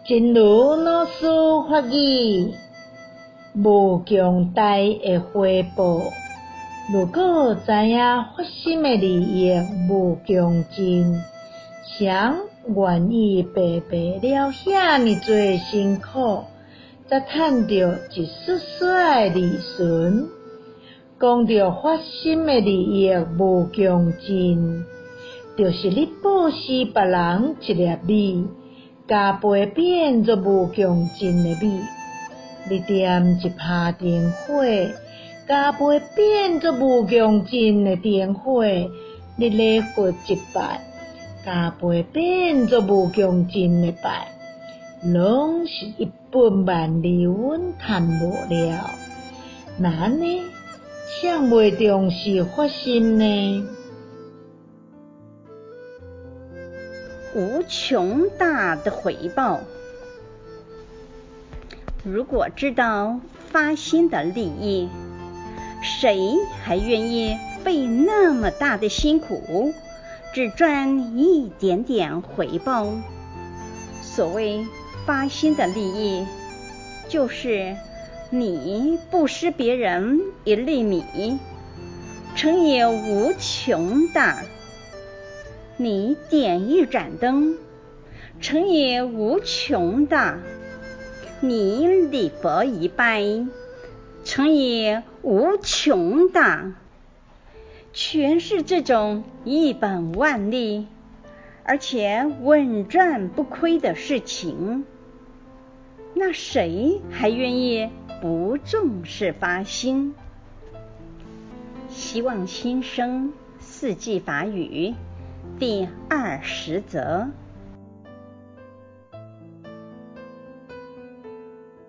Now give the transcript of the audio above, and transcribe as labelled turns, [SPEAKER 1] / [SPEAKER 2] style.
[SPEAKER 1] 真如老师法语，无强大的回报。如果知影发心的利益无穷尽，谁愿意白白了遐尼多辛苦，才赚到一丝丝的利润？讲到发心的利益无穷尽，就是你报施别人一粒米，加倍变作无穷尽的米；你点一拍灯火，加倍变作无穷尽的灯火；你礼佛一拜，加倍变作无穷尽的拜，拢是一本万利润赚无了。那呢，谁袂重视发心呢？
[SPEAKER 2] 无穷大的回报。如果知道发心的利益，谁还愿意费那么大的辛苦，只赚一点点回报？所谓发心的利益，就是你布施别人一粒米，成也无穷大；你点一盏灯，成也无穷大；你礼佛一拜，成也无穷大。全是这种一本万利，而且稳赚不亏的事情，那谁还愿意不重视发心？希望新生四季法语第20则。